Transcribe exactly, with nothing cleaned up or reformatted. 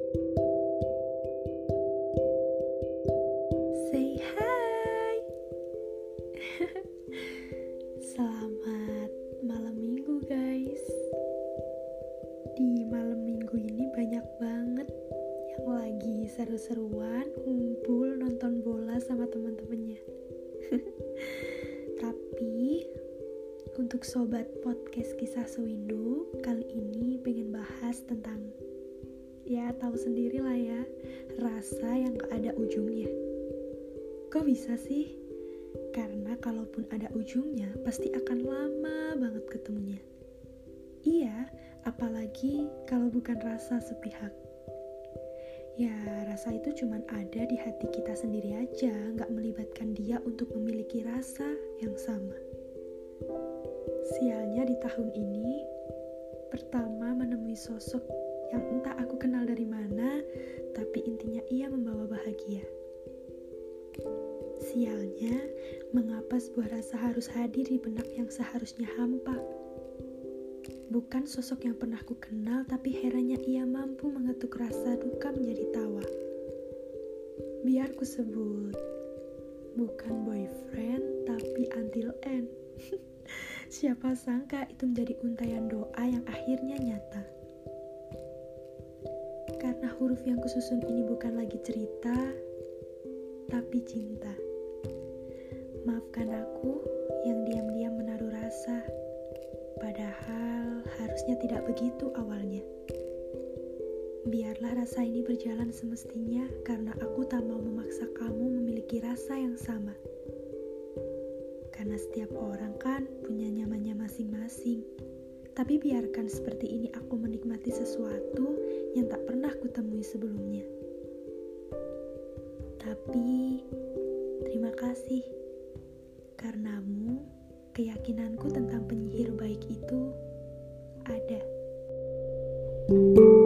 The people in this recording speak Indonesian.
Say hi. Selamat malam minggu guys. Di malam minggu ini banyak banget yang lagi seru-seruan kumpul nonton bola sama teman-temannya. Tapi untuk sobat podcast Kisah Sewindu, kali ini pengen bahas tentang, ya tahu sendiri lah ya, rasa yang gak ada ujungnya. Kok bisa sih? Karena kalaupun ada ujungnya, pasti akan lama banget ketemunya. Iya, apalagi kalau bukan rasa sepihak. Ya, rasa itu cuman ada di hati kita sendiri aja, gak melibatkan dia untuk memiliki rasa yang sama. Sialnya di tahun ini, pertama menemui sosok yang entah aku kenal dari mana, tapi intinya ia membawa bahagia. Sialnya, mengapa sebuah rasa harus hadir di benak yang seharusnya hampa? Bukan sosok yang pernah ku kenal, tapi herannya ia mampu mengetuk rasa duka menjadi tawa. Biar ku sebut, bukan boyfriend, tapi until end. Siapa sangka itu menjadi untayan doa yang akhirnya nyata. Karena huruf yang kususun ini bukan lagi cerita, tapi cinta. Maafkan aku yang diam-diam menaruh rasa, padahal harusnya tidak begitu awalnya. Biarlah rasa ini berjalan semestinya, karena aku tak mau memaksa kamu memiliki rasa yang sama. Karena setiap orang kan punya nyamannya masing-masing. Tapi biarkan seperti ini aku menikmati sesuatu yang tak pernah kutemui sebelumnya. Tapi terima kasih. Karenamu, keyakinanku tentang penyihir baik itu ada.